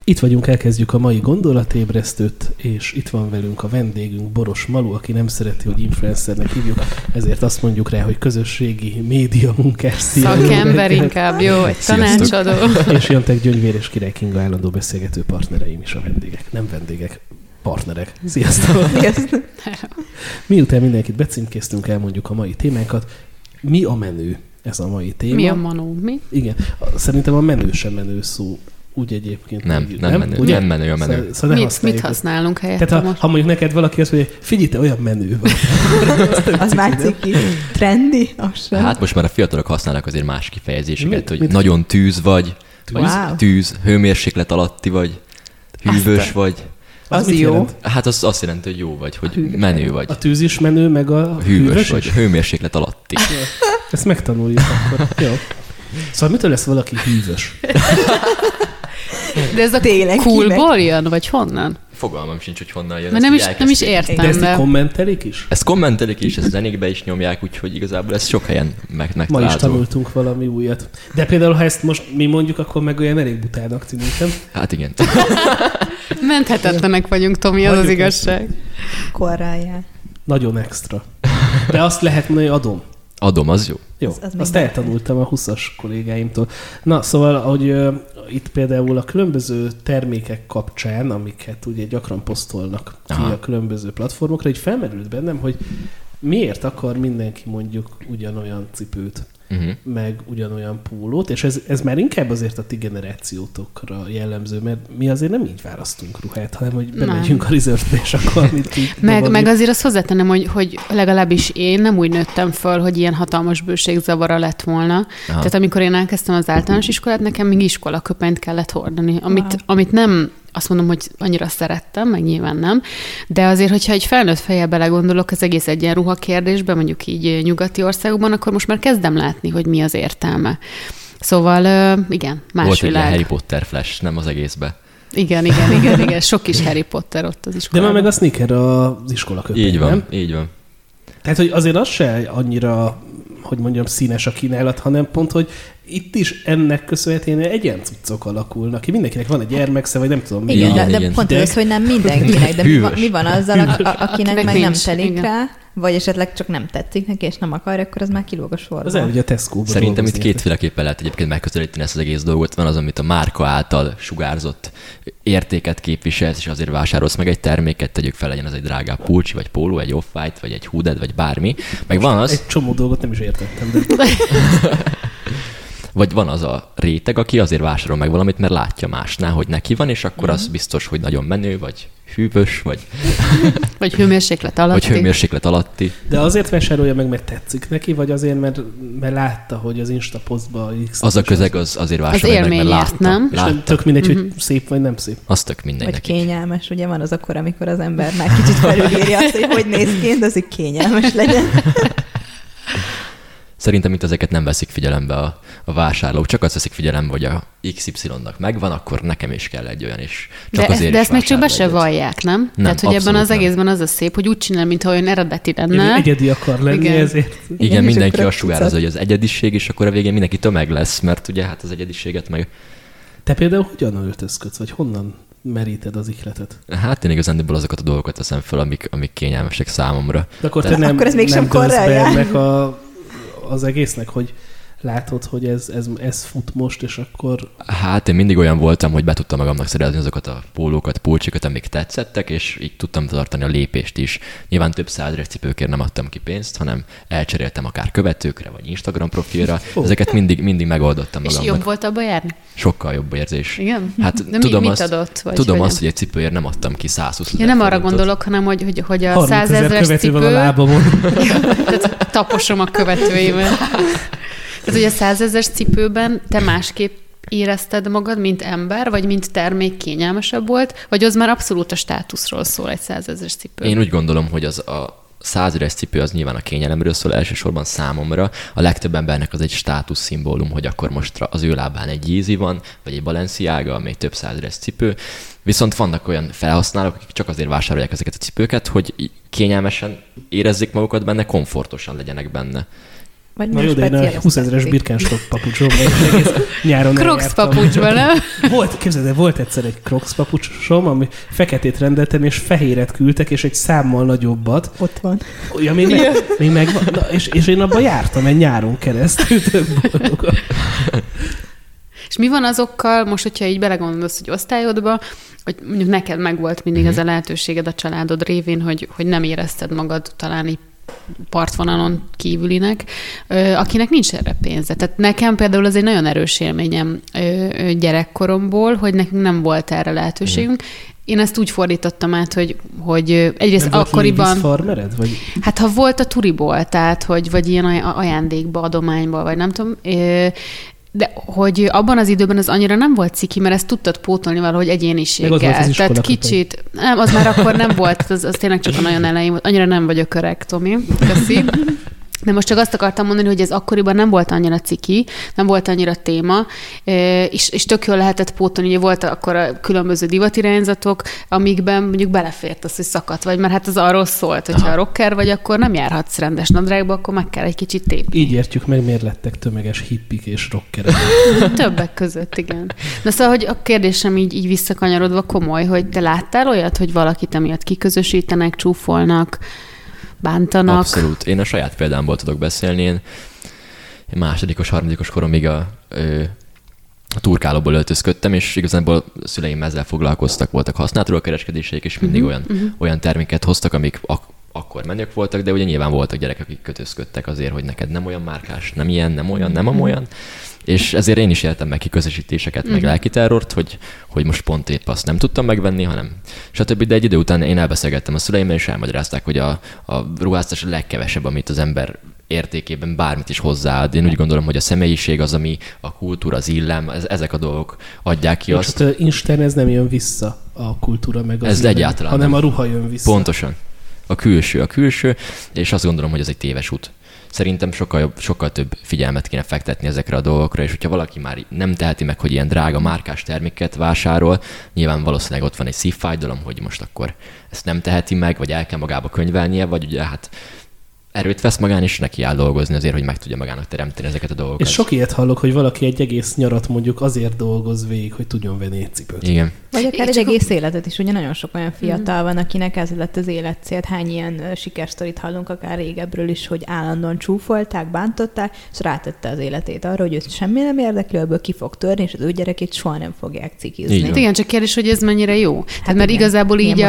Itt vagyunk, elkezdjük a mai gondolatébresztőt, és itt van velünk a vendégünk, Boros Malu, aki nem szereti, hogy influencernek hívjuk, ezért azt mondjuk rá, hogy közösségi média munkás. Szakember inkább, jó, egy tanácsadó. És Jantek Gyöngyvér és Király Kinga állandó beszélgető partnereim is a vendégek. Nem vendégek, partnerek. Sziasztok! Sziasztok! Miután mindenkit becímkéztünk, elmondjuk a mai témánkat. Mi a menő? Ez a mai téma. Mi a manó? Mi? Igen. Szerintem a menő sem menő szó. Úgy egyébként. Nem menő. Ugye? Nem menő a menő. Szóval mit használunk helyette tehát most? Ha mondjuk neked valaki azt mondja, figyelj, te olyan menő vagy. Az már ciki. Trendi? Hát most már a fiatalok használnak azért más kifejezéseket, hogy mit? nagyon tűz vagy, Wow. tűz, hőmérséklet alatti vagy, hűvös vagy. Az jó. Jelent? Hát az azt jelenti, hogy jó vagy, hogy menő vagy. A tűz is menő, meg a Hűvös vagy, is? hőmérséklet alatti. Ezt megtanuljuk akkor. Jó. Szóval mitől lesz valaki hűvös? De ez a coolból jön, vagy honnan? Fogalmam sincs, hogy honnan jön. Mert nem is értem. De ezt kommentelik is? Ezt kommentelik is, ezt zenékbe is nyomják, úgyhogy igazából ezt sok helyen megtalálható. Ma is tanultunk valami újat. De például, ha ezt most mi mondjuk, akkor meg olyan elég butának tűnik, nem? Hát igen. Menthetetlenek vagyunk, Tomi, az az igazság. Korráljál. Nagyon extra. De azt lehet mondani, hogy adom. Adom, az jó. Jó, Az azt eltanultam a 20-as kollégáimtól. Na, szóval, hogy itt például a különböző termékek kapcsán, amiket ugye gyakran posztolnak ki a különböző platformokra, így felmerült bennem, hogy miért akar mindenki mondjuk ugyanolyan cipőt, meg ugyanolyan pólót, és ez már inkább azért a ti generációtokra jellemző, mert mi azért nem így választunk ruhát, hanem hogy bemegyünk a Reserve-be, és akkor mit így meg azért azt hozzátenem, hogy legalábbis én nem úgy nőttem föl, hogy ilyen hatalmas bőségzavara lett volna. Aha. Tehát amikor én elkezdtem az általános iskolát, nekem még iskolaköpenyt kellett hordani, amit nem azt mondom, hogy annyira szerettem, meg nyilván nem, de azért, hogyha egy felnőtt fejjel belegondolok az egész egyenruha kérdésben, mondjuk így nyugati országokban, akkor most már kezdem látni, hogy mi az értelme. Szóval igen, más volt világ. Volt egy Harry Potter flash, nem az egészbe. Igen. Sok is Harry Potter ott az iskolában. De már meg a sneaker az iskolaköpeny, így van, nem? Így van. Tehát, hogy azért az se annyira, hogy mondjam, színes a kínálat, hanem pont, hogy itt is ennek köszönhetően egyencuccok alakulnak ki. Mindenkinek van egy gyermeksze, vagy nem tudom mi. Igen, de pont az, hogy nem mindenkinek, de mi van azzal, akinek meg nem telik rá, vagy esetleg csak nem tetszik neki, és nem akarja, akkor az már kilóg a sorból. Az elmegy a Tesco-ba. Szerintem itt kétféleképpen lehet egyébként megközelíteni ezt az egész dolgot. Van az, amit a márka által sugárzott értéket képviselsz, és azért vásárolsz meg egy terméket, tegyük fel, legyen az egy drágább pulcsi, vagy póló, egy off-white, vagy egy hooded, vagy bármi. Meg van az... Egy csomó dolgot nem is értettem, de... Vagy van az a réteg, aki azért vásárol meg valamit, mert látja másnál, hogy neki van, és akkor az biztos, hogy nagyon menő, vagy hűvös, vagy... vagy hőmérséklet alatti. Vagy hőmérséklet alatti. De azért vásárolja meg, mert tetszik neki, vagy azért, mert látta, hogy az Insta posztban X... Az a közeg azért vásárolja meg, mert látta. Nem? És tök mindegy, hogy szép vagy nem szép. Az tök mindegy vagy nekik. kényelmes, ugye van az akkor, amikor az ember már kicsit felülírja azt, hogy néz ki, de azért kényelmes legyen. Szerintem itt ezeket nem veszik figyelembe a vásárlók, csak azt veszik figyelembe, hogy a XY-nak megvan, akkor nekem is kell egy olyan, és csak azért de ezt meg csak be vásárol se vallják, nem? Tehát, hogy ebben az egészben az a szép, hogy úgy csinál, mintha olyan eredeti lenne. Egyedi akar lenni, igen. ezért. Igen, mindenki azt sugározza, hogy az egyediség, és akkor a végén mindenki tömeg lesz, mert ugye hát az egyediséget meg... Te például hogyan öltözködsz, vagy honnan meríted az ihletet? Hát én igazándiból azokat a dolgokat teszem fel, amik kényelmesek számomra. De akkor te nem, akkor ez mégsem nem dőlsz be korrelál. ennek az egésznek, hogy látod, hogy ez fut most, és akkor... Hát én mindig olyan voltam, hogy be tudtam magamnak szerezni azokat a pólókat, pulcsikat, amik tetszettek, és így tudtam tartani a lépést is. Nyilván több százezer cipőkért nem adtam ki pénzt, hanem elcseréltem akár követőkre, vagy Instagram profilra. Ezeket mindig megoldottam magamnak. És jobb volt abba járni? Sokkal jobb érzés. Igen? Hát de tudom mit azt, adott? Vagy tudom vagy azt, hogy egy cipőért nem adtam ki 120 000 nem arra forintot. gondolok, hanem hogy a 30 000 100 000-es követővel cipő... a lábamon. Tehát taposom a követőimet. Tehát, hogy a 100 000-es cipőben te másképp érezted magad, mint ember, vagy mint termék kényelmesebb volt, vagy az már abszolút a státuszról szól egy 100 000-es cipő? Én úgy gondolom, hogy az a 100 000-es cipő az nyilván a kényelemről szól, elsősorban számomra. A legtöbb embernek az egy státuszszimbólum, hogy akkor most az ő lábán egy Yeezy van, vagy egy Balenciaga, ami egy több 100 000-es cipő. Viszont vannak olyan felhasználók, akik csak azért vásárolják ezeket a cipőket, hogy kényelmesen érezzék magukat benne, komfortosan legyenek benne. Vagy na jó, de én a 20 000-es birkánstock papucsom, egész nyáron Crocs papucsban, nem? Volt egyszer egy Crocs papucsom, ami feketét rendeltem, és fehéret küldtek, és egy számmal nagyobbat. Ott van. Ja, még megvan. Na, és én abban jártam egy nyáron keresztül, tök boldogan. És mi van azokkal, most, hogyha így belegondolsz, hogy osztályodba, hogy mondjuk neked megvolt mindig ez a lehetőséged a családod révén, hogy nem érezted magad talán így partvonalon kívülinek, akinek nincs erre pénze. Tehát nekem például az egy nagyon erős élményem gyerekkoromból, hogy nekünk nem volt erre lehetőségünk. Én ezt úgy fordítottam át, hogy egyrészt nem akkoriban... Nem volt farmered? Vagy? Hát ha volt a turiból, tehát vagy ilyen ajándékba, adományba, vagy nem tudom... De hogy abban az időben az annyira nem volt ciki, mert ezt tudtad pótolni valahogy egyéniséggel. Tehát kicsit, nem, az már akkor nem volt, az tényleg csak a nagyon elején volt. Annyira nem vagyok öreg, Tomi. Köszi. De most csak azt akartam mondani, hogy ez akkoriban nem volt annyira ciki, nem volt annyira téma, és tök jól lehetett pótolni, hogy volt akkor a különböző divatirányzatok, amikben mondjuk belefért az, hogy szakadt vagy, mert hát az arról szólt, hogyha rocker vagy, akkor nem járhatsz rendes nadrágba, akkor meg kell egy kicsit tépni. Így értjük meg, miért lettek tömeges hippik és rockerek. Többek között, igen. Na szóval, hogy a kérdésem így visszakanyarodva komoly, hogy te láttál olyat, hogy valakit emiatt kiközösítenek, csúfolnak, bántanak? Abszolút. Én a saját példámból tudok beszélni. Én másodikos, harmadikos koromig a turkálóból öltözködtem, és igazából a szüleim ezzel foglalkoztak, voltak használatról kereskedéseik, és mindig olyan terméket hoztak, amik akkor menők voltak, de ugye nyilván voltak gyerekek, akik kötözködtek azért, hogy neked nem olyan márkás, nem ilyen, nem olyan, nem amolyan. És ezért én is éltem meg kiközösítéseket, meg lelki terrort, hogy most pont épp azt nem tudtam megvenni, hanem stb. De egy idő után én elbeszélgettem a szüleimmel, és elmagyarázták, hogy a ruháztatás a legkevesebb, amit az ember értékében bármit is hozzáad. Én úgy gondolom, hogy a személyiség az, ami a kultúra, az illem, ezek a dolgok adják ki azt. És Isten ez nem jön vissza, a kultúra meg az ez illem, egyáltalán hanem nem. A ruha jön vissza. Pontosan. A külső, és azt gondolom, hogy ez egy téves út. Szerintem sokkal több figyelmet kéne fektetni ezekre a dolgokra, és hogyha valaki már nem teheti meg, hogy ilyen drága márkás terméket vásárol, nyilván valószínűleg ott van egy szívfájdalom, hogy most akkor ezt nem teheti meg, vagy el kell magába könyvelnie, vagy ugye hát erőt vesz magán, és neki áll dolgozni azért, hogy meg tudja magának teremteni ezeket a dolgokat. És sok ilyet hallok, hogy valaki egy egész nyarat mondjuk azért dolgoz végig, hogy tudjon venni egy cipőt. Igen. Vagy akár egy egész életet is. Ugye nagyon sok olyan fiatal van, akinek ez lett az életcél. Hány ilyen sikersztorit hallunk akár régebbről is, hogy állandóan csúfolták, bántották, és rátette az életét arra, hogy őt semmi nem érdekli, ebből ki fog törni, és az ő gyerekét soha nem fogják cikizni. Igen, csak kérdés, hogy ez mennyire jó. Hát mert igen, igazából így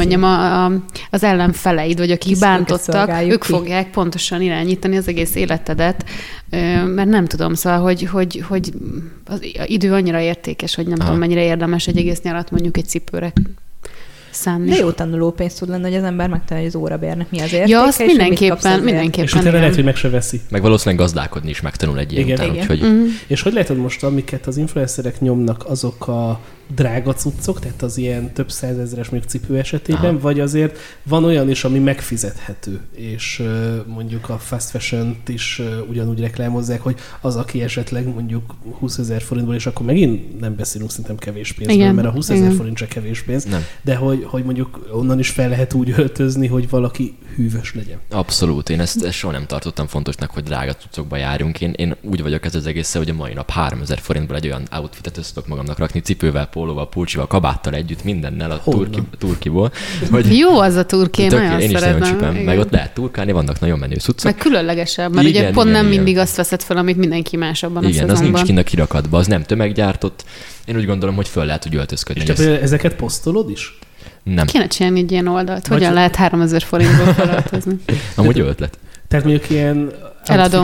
az ellenfeleid, vagy akik bántottak, ők fogják pontosan irányítani az egész életedet, mert nem tudom, szóval, hogy az idő annyira értékes, hogy nem tudom, mennyire érdemes egy egész nyarat mondjuk egy cipőre szánni. De jó tanulópénz tud lenni, hogy az ember megtalálja, hogy az órabérnek mi az értéke. Ja, azt mindenképpen. És utána lehet, hogy meg se veszi. Meg valószínűleg gazdálkodni is megtanul egy ilyen után. Úgyhogy... És hogy látod most, amiket az influencerek nyomnak, azok a drága cuccok, tehát az ilyen több százezeres mondjuk cipő esetében, vagy azért van olyan is, ami megfizethető, és mondjuk a fast fashion-t is ugyanúgy reklámozzák, hogy az, aki esetleg mondjuk 20 000 forintból, és akkor megint nem beszélünk szerintem kevés pénzről, mert a 20 000 forint csak kevés pénz, de hogy mondjuk onnan is fel lehet úgy öltözni, hogy valaki hűvös legyen. Abszolút. Én ezt soha nem tartottam fontosnak, hogy drága cuccokba járjunk. Én úgy vagyok ez az egész, hogy a mai nap 3000 forintból egy olyan outfitet össze tudok magamnak rakni, cipővel, pólóval, pulcsival, kabáttal együtt, mindennel a turkiból. Hogy jó az a turki, én nagyon én szeretem. Is nagyon csupem. Meg ott lehet turkálni, vannak nagyon menő cuccok. Meg különlegesebb, mert ugye pont nem mindig azt veszed fel, amit mindenki más abban a szezonban. Az nincs kint a kirakatba, az nem tömeggyártott. Én úgy gondolom, hogy föl lehet úgy öltözködni. És te ezeket posztolod is? Nem. Kéne csinálni egy ilyen oldalt. Hogyan lehet 3000 forintból felöltözni? Amúgy jó ötlet. Tehát mondjuk ilyen... Eladom.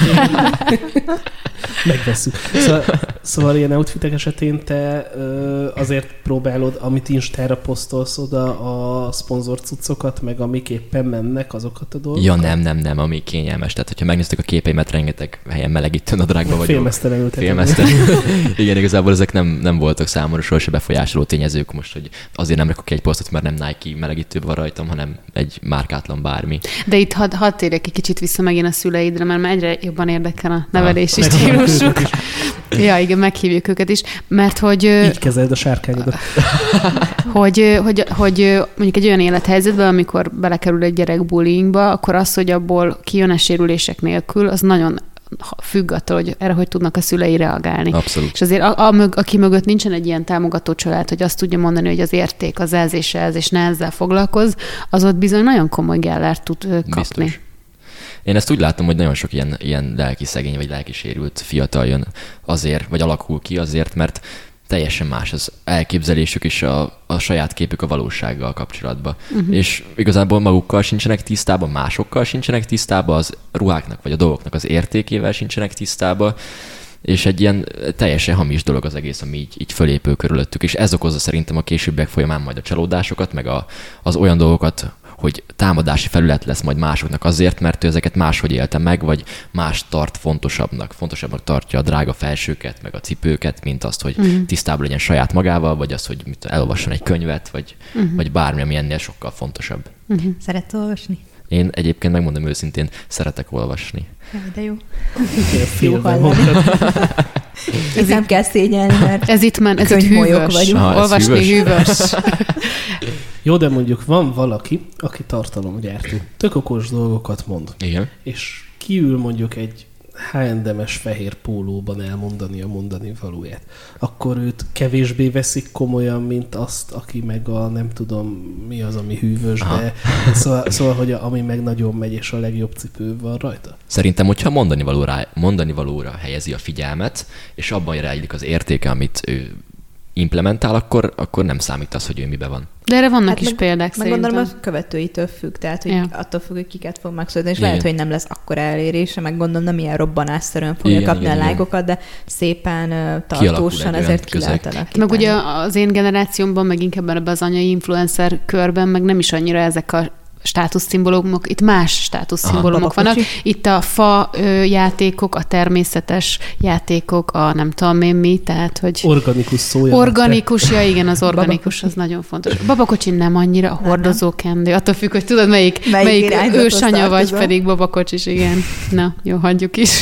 Megvesszük. Szóval ilyen outfitek esetén te azért próbálod, amit Instára posztolsz oda a szponzor cuccokat, meg amik éppen mennek, azokat a dolgokat? Ja, nem, ami kényelmes. Tehát, hogyha megnéztek a képeimet, rengeteg helyen melegítő nadrágba vagyok. Félmeztelenül. Igen, igazából ezek nem voltak számomra sohasem befolyásoló tényezők most, hogy azért nem rakok egy posztot, mert nem Nike melegítő van rajtam, hanem egy márkátlan bármi. De itt hadd térjek egy kicsit vissza megint a szüleidre, mert már egyre jobban érdekel a nevelés is. stílusuk. Ja, igen, meghívjuk őket is, mert hogy... Így kezeld a sárkányodat. hogy mondjuk egy olyan élethelyzetben, amikor belekerül egy gyerek bullyingba, akkor az, hogy abból kijön sérülések nélkül, az nagyon függ attól, hogy erre hogy tudnak a szülei reagálni. Abszolút. És azért aki mögött nincsen egy ilyen támogató család, hogy azt tudja mondani, hogy az érték, az ez és ez, és ne ezzel foglalkoz, az ott bizony nagyon komoly gellert tud kapni. Biztos. Én ezt úgy látom, hogy nagyon sok ilyen lelki szegény vagy lelki sérült fiatal jön azért, vagy alakul ki azért, mert teljesen más az elképzelésük és a saját képük a valósággal kapcsolatban. És igazából magukkal sincsenek tisztában, másokkal sincsenek tisztában, az ruháknak vagy a dolgoknak az értékével sincsenek tisztában, és egy ilyen teljesen hamis dolog az egész, ami így fölépül körülöttük, és ez okozza szerintem a későbbiek folyamán majd a csalódásokat, meg az olyan dolgokat, hogy támadási felület lesz majd másoknak azért, mert ő ezeket máshogy élte meg, vagy más tart fontosabbnak tartja a drága felsőket, meg a cipőket, mint azt, hogy tisztában legyen saját magával, vagy az, hogy elolvasson egy könyvet, vagy bármi, ami ennél sokkal fontosabb. Szeretsz olvasni? Én egyébként megmondom őszintén, szeretek olvasni. De jó. Jó Ez nem kell szégyelni, mert ez itt hűvös. Olvasni hűvös. Jó, de mondjuk van valaki, aki tartalomgyártó. Tök okos dolgokat mond. Igen. És kiül mondjuk egy H&M-es fehér pólóban elmondani a mondani valóját. Akkor őt kevésbé veszik komolyan, mint azt, aki meg a nem tudom mi az, ami hűvös, de szóval, hogy ami meg nagyon megy, és a legjobb cipő van rajta. Szerintem, hogyha mondani valóra helyezi a figyelmet, és abban rejlik az értéke, amit ő implementál, akkor nem számít az, hogy ő miben van. De erre vannak is példák szerintem. Meg gondolom, a követőitől függ, tehát hogy attól függ, hogy kiket fog megszólítani, és lehet, hogy nem lesz akkora elérése, meg gondolom nem ilyen robbanásszerűen fogja kapni a lájkokat, de szépen tartósan ezért ki lehet alakítani. Meg ugye az én generációmban, meg inkább ebben az anyai influencer körben, meg nem is annyira ezek a státuszszimbólumok, itt más státuszszimbólumok vannak. Itt a fa játékok, a természetes játékok, a nem tudom én mi, tehát hogy... Organikus szója. Organikus, ja igen, az organikus, az nagyon fontos. Babakocsi nem annyira, hordozókendő. Attól függ, hogy tudod, melyik ősanya vagy, pedig babakocsis, igen. Na, jó, hagyjuk is.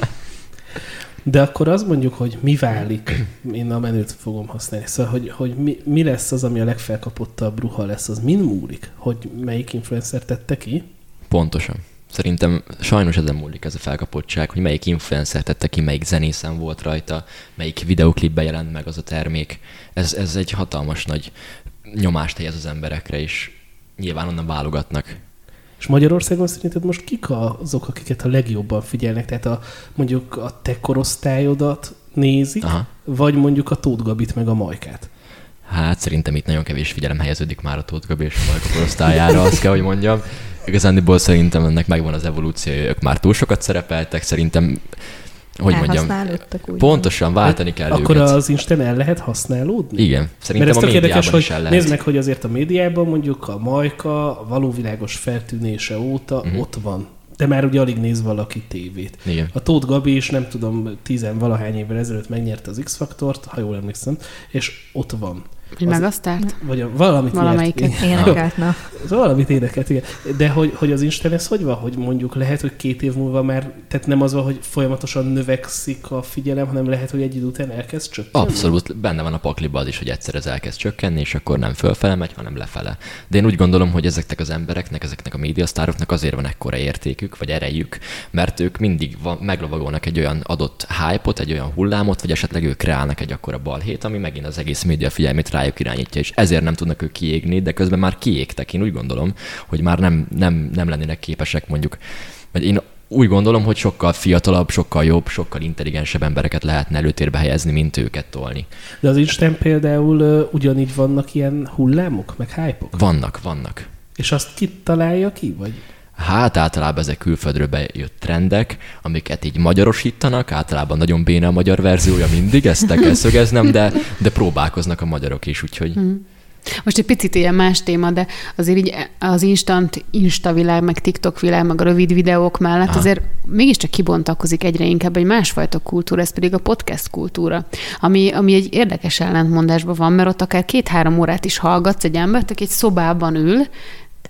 De akkor azt mondjuk, hogy mi válik, én a menüt fogom használni, szóval, hogy mi lesz az, ami a legfelkapottabb ruha lesz, az mind múlik, hogy melyik influencer tette ki? Pontosan. Szerintem sajnos ezen múlik ez a felkapottság, hogy melyik influencer tette ki, melyik zenészen volt rajta, melyik videoklipben jelent meg az a termék. Ez egy hatalmas nagy nyomást helyez az emberekre, és nyilván onnan válogatnak. És Magyarországon szerinted most kik azok, akiket a legjobban figyelnek? Tehát mondjuk a te korosztályodat nézik, vagy mondjuk a Tóth Gabit meg a Majkát? Hát szerintem itt nagyon kevés figyelem helyeződik már a Tóth Gabi és a Majka korosztályára, azt kell, hogy mondjam. Igazándiból szerintem ennek megvan az evolúciója, ők már túl sokat szerepeltek, szerintem hogy mondjam, pontosan váltani kell akkor őket. Akkor az Insten el lehet használódni? Igen, szerintem mert a médiában is el lehet. Nézd meg, hogy azért a médiában mondjuk a Majka a valóvilágos feltűnése óta ott van. De már ugye alig néz valaki tévét. Igen. A Tóth Gabi is nem tudom, 10-valahány évvel ezelőtt megnyerte az X-faktort, ha jól emlékszem, és ott van. Hogy meg azt árt? Vagy valamelyiket énekelt, na. Valamit énekelt, igen. De hogy az Isten ez hogy van, hogy mondjuk lehet, hogy 2 év múlva már, tehát nem az van, hogy folyamatosan növekszik a figyelem, hanem lehet, hogy egy idő után elkezd csökkenni? Abszolút, benne van a pakliba az is, hogy egyszer ez elkezd csökkenni, és akkor nem fölfele megy, hanem lefele. De én úgy gondolom, hogy ezeknek az embereknek, ezeknek a médiasztároknak azért van ekkora értékük, vagy erejük, mert ők mindig meglovagolnak egy olyan adott hype-ot, egy olyan hullámot, vagy esetleg ők kreálnak egy akkora balhét, ami megint az egész média figyelmét rájuk irányítja, és ezért nem tudnak ők kiégni, de közben már kiégtek. Én úgy gondolom, hogy már nem lennének képesek mondjuk, vagy én úgy gondolom, hogy sokkal fiatalabb, sokkal jobb, sokkal intelligensebb embereket lehetne előtérbe helyezni, mint őket tolni. De az Isten például ugyanígy vannak ilyen hullámok, meg hype-ok? Vannak. És azt ki találja ki, vagy? Hát általában ezek külföldről bejött trendek, amiket így magyarosítanak, általában nagyon béna a magyar verziója mindig, ezt le kell szögeznem, de próbálkoznak a magyarok is, úgyhogy... Most egy picit ilyen más téma, de azért így az Insta világ, meg TikTok világ, meg a rövid videók mellett azért mégiscsak kibontakozik egyre inkább egy másfajta kultúra, ez pedig a podcast kultúra, ami egy érdekes ellentmondásban van, mert ott akár 2-3 órát is hallgatsz egy embert, aki egy szobában ül,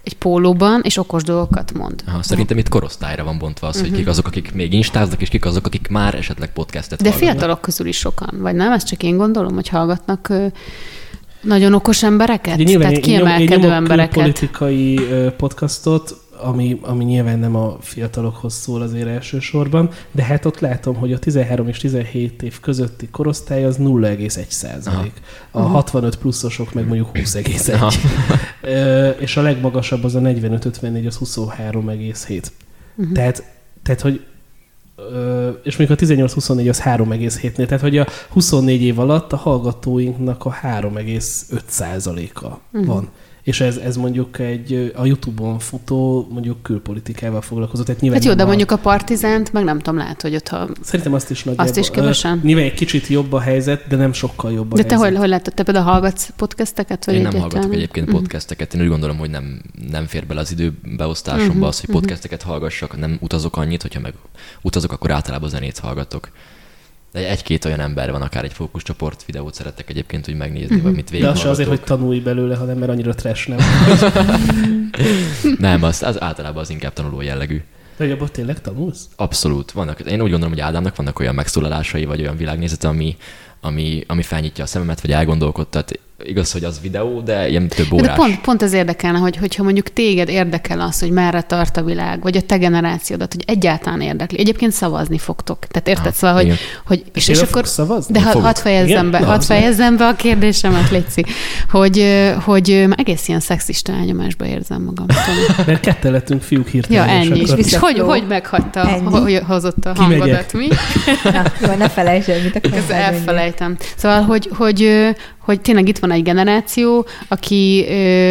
egy pólóban, és okos dolgokat mond. Szerintem itt korosztályra van bontva az, hogy kik azok, akik még instáznak, és kik azok, akik már esetleg podcastet De hallgatnak. fiatalok közül is sokan, vagy nem? Ezt csak én gondolom, hogy hallgatnak nagyon okos embereket? Tehát kiemelkedő embereket? politikai podcastot, ami nyilván nem a fiatalokhoz szól azért elsősorban, de hát ott látom, hogy a 13 és 17 év közötti korosztály az 0,1%. A 65 pluszosok meg mondjuk 20,1. És a legmagasabb az a 45-54, az 23,7. Tehát, hogy és mondjuk a 18-24 az 3,7-nél, tehát hogy a 24 év alatt a hallgatóinknak a 3,5%-a van. És ez mondjuk a YouTube-on futó, mondjuk külpolitikával foglalkozó. Tehát hát jó, de mondjuk a Partizánt, meg nem tudom, lehet, hogy ott Szerintem azt is nagyjából. Azt is kevesen? Nyilván egy kicsit jobb a helyzet, de nem sokkal jobb a helyzet. De te hogy látod? Te például hallgatsz podcasteket? Vagy én nem hallgatok egyébként podcasteket. Én úgy gondolom, hogy nem fér bele az időbeosztásomba az, hogy podcasteket hallgassak. Nem utazok annyit, hogyha meg utazok, akkor általában zenét hallgatok. De egy-két olyan ember van, akár egy fókuszcsoport videót szeretek egyébként úgy megnézni, vagy mit végig. De az se azért, hogy tanulj belőle, hanem mert annyira trash nem. Nem, az általában az inkább tanuló jellegű. De hogy abban tényleg tanulsz? Abszolút. Én úgy gondolom, hogy Ádámnak vannak olyan megszólalásai, vagy olyan világnézete, ami felnyitja a szememet, vagy elgondolkodtat. Igaz, hogy az videó, de ilyen több órás. De pont ez érdekelne, hogyha mondjuk téged érdekel az, hogy merre tart a világ, vagy a te generációdat, hogy egyáltalán érdekli. Egyébként szavazni fogtok. Tehát érted? Szóval, hogy és akkor szavazni? De hadd fejezzem be a kérdésemet, létszik. Hogy egész ilyen szexista elnyomásba érzem magam. Mert ketten lettünk fiúk hirtelen. Ja, ennyi. És hogy meghagyta, hogy hozott a hangodat, mi? Jó, ne felejtsd el, mit akarsz. Elfelejtem. Szóval, hogy tényleg itt van egy generáció, aki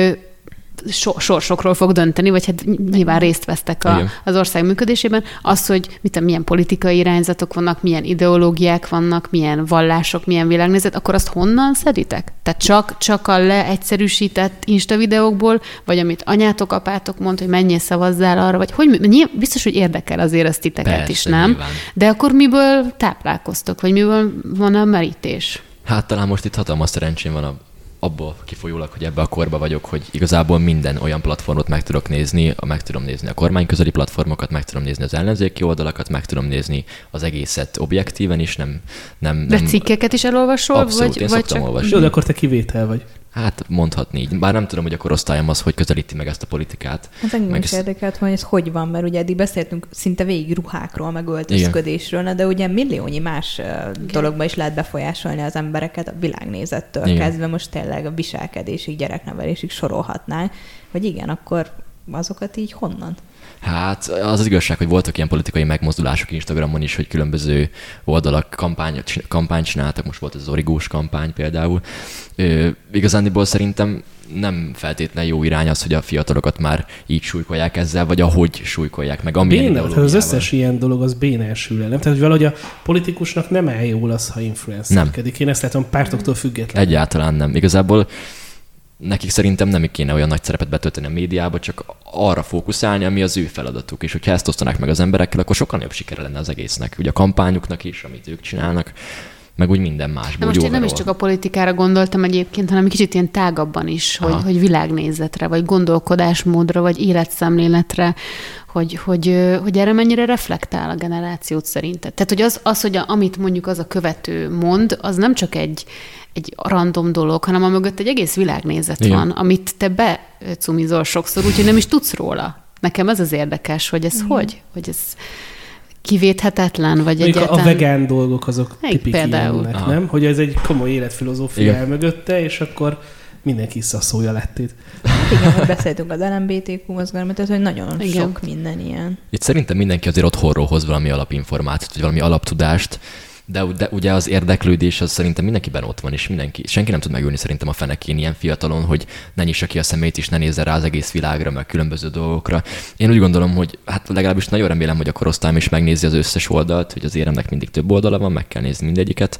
sorsokról fog dönteni, vagy hát nyilván részt vesztek az ország működésében. Az, hogy milyen politikai irányzatok vannak, milyen ideológiák vannak, milyen vallások, milyen világnézet, akkor azt honnan szeditek? Tehát csak a leegyszerűsített Insta videókból, vagy amit anyátok, apátok mond, hogy menjél szavazzál arra, vagy biztos, hogy érdekel azért ezt titeket. Persze, is, nem? Nyilván. De akkor miből táplálkoztok, vagy miből van a merítés? Hát talán most itt hatalmas szerencsém van abból kifolyólag, hogy ebbe a korba vagyok, hogy igazából minden olyan platformot meg tudok nézni, meg tudom nézni a kormányközeli platformokat, meg tudom nézni az ellenzéki oldalakat, meg tudom nézni az egészet objektíven is, nem. De cikkeket is elolvasol? Abszolút, én szoktam olvasni. Jó, de akkor te kivétel vagy. Hát mondhatni így. Bár nem tudom, hogy a korosztályom az, hogy közelíti meg ezt a politikát. Hát engem is érdekelt, hogy ez hogy van, mert ugye eddig beszéltünk szinte végig ruhákról, meg öltözködésről, de ugye milliónyi más dologba is lehet befolyásolni az embereket, a világnézettől kezdve most tényleg a viselkedésig, gyereknevelésig sorolhatnánk, hogy igen, akkor azokat így honnan? Hát az igazság, hogy voltak ilyen politikai megmozdulások Instagramon is, hogy különböző oldalak kampányt csináltak, most volt az origós kampány például. Igazándiból szerintem nem feltétlenül jó irány az, hogy a fiatalokat már így súlykolják ezzel, vagy ahogy súlykolják meg, amilyen ideológiával. Az összes ilyen dolog az bénásül el, nem? Tehát, hogy valahogy a politikusnak nem áll jól az, ha influencerkedik. Én ezt látom pártoktól függetlenül. Egyáltalán nem. Igazából nekik szerintem nem kéne olyan nagy szerepet betölteni a médiába, csak arra fókuszálni, ami az ő feladatuk. És hogyha ezt osztanák meg az emberekkel, akkor sokkal jobb sikere lenne az egésznek. Ugye a kampányuknak is, amit ők csinálnak, meg úgy minden másból. Most én nem is csak a politikára gondoltam egyébként, hanem kicsit ilyen tágabban is, hogy világnézetre, vagy gondolkodásmódra, vagy életszemléletre, hogy erre mennyire reflektál a generációt szerinted. Tehát, hogy hogy amit mondjuk az a követő mond, az nem csak egy random dolog, hanem amögött egy egész világnézet van, amit te becumizol sokszor, úgyhogy nem is tudsz róla. Nekem ez az érdekes, hogy ez hogy ez kivéthetetlen, vagy mondjuk egyáltalán... A vegán dolgok azok tipik ilyenek, nem? Hogy ez egy komoly életfilozófia el mögötte, és akkor mindenki szaszója lettét. Igen, hogy beszéltünk az LMBTQ mozgalmat, ez hogy nagyon sok minden ilyen. Itt szerintem mindenki azért otthonról hoz valami alapinformációt, vagy valami alaptudást, de ugye az érdeklődés az szerintem mindenkiben ott van, és senki nem tud megülni szerintem a fenekén ilyen fiatalon, hogy ne nyissa ki a szemét, és ne nézze rá az egész világra, meg különböző dolgokra. Én úgy gondolom, hogy hát legalábbis nagyon remélem, hogy a korosztályom is megnézi az összes oldalt, hogy az éremnek mindig több oldala van, meg kell nézni mindegyiket,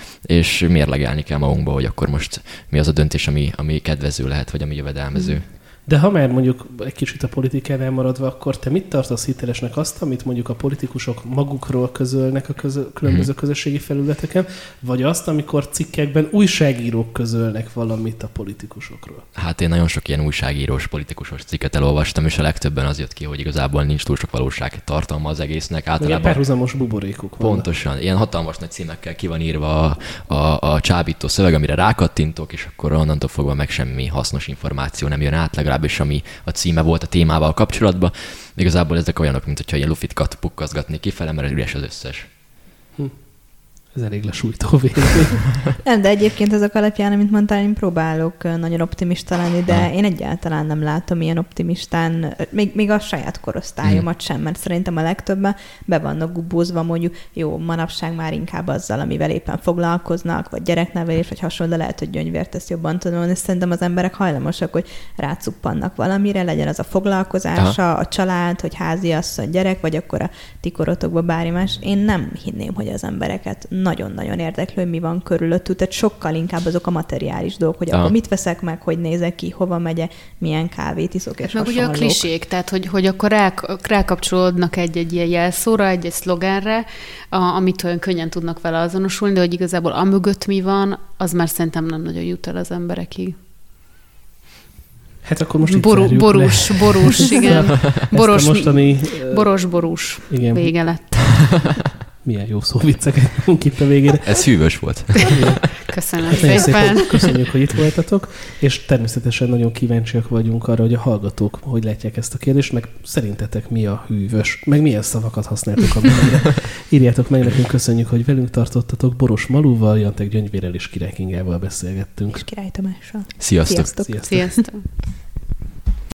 és mérlegelni kell magunkba, hogy akkor most mi az a döntés, ami kedvező lehet, vagy ami jövedelmező. De ha már mondjuk egy kicsit a politikánál maradva, akkor te mit tartasz hitelesnek, azt, amit mondjuk a politikusok magukról közölnek a különböző közösségi felületeken, vagy azt, amikor cikkekben újságírók közölnek valamit a politikusokról? Hát én nagyon sok ilyen újságírós, politikusos cikket elolvastam, és a legtöbben az jött ki, hogy igazából nincs túl sok valóság tartalma az egésznek. Általában párhuzamos buborékok vannak. Pontosan. Ilyen hatalmas nagy címekkel ki van írva a csábító szöveg, amire rákattintok, és akkor onnantól fogva meg semmi hasznos információ nem jön át, legalábbis ami a címe volt a témával kapcsolatban. Igazából ezek olyanok, mint hogyha ilyen lufitkat pukkazgatni kifele, mert üres az összes. Ez elég lesújtó vélemény. Nem, de egyébként azok alapján, amit mondtál, én próbálok nagyon optimista lenni, de én egyáltalán nem látom ilyen optimistán, még a saját korosztályomat sem, mert szerintem a legtöbben be vannak gubózva, mondjuk jó, manapság már inkább azzal, amivel éppen foglalkoznak, vagy gyereknevelés, vagy hasonló, de lehet, hogy gyöngyvért ezt jobban tudom, és szerintem az emberek hajlamosak, hogy rácuppannak valamire, legyen az a foglalkozása, a család, hogy háziasszony, gyerek, vagy akkor a ti korotokban bármi más. Én nem hinném, hogy az embereket nagyon-nagyon érdeklő, hogy mi van körülöttük, tehát sokkal inkább azok a materiális dolgok, hogy akkor mit veszek meg, hogy nézek ki, hova megyek, milyen kávét iszok, és meg hasonlók. Ugye a klisék, tehát hogy akkor rákapcsolódnak egy ilyen jelszóra, egy szlogenre, amit olyan könnyen tudnak vele azonosulni, de hogy igazából amögött mi van, az már szerintem nem nagyon jut el az emberekig. Hát akkor most borús, igen. Borús, igen. Vége lett. Milyen jó szóvicceket mondunk itt a végére. Ez hűvös volt. Köszönöm szépen. Köszönjük, hogy itt voltatok, és természetesen nagyon kíváncsiak vagyunk arra, hogy a hallgatók hogy látják ezt a kérdést, meg szerintetek mi a hűvös, meg milyen szavakat használtok a benne. Írjátok meg nekünk, köszönjük, hogy velünk tartottatok. Boros Malúval, Jantek Gyöngyvérrel és Király Kingával beszélgettünk. És Király Tamással. Sziasztok! Sziasztok!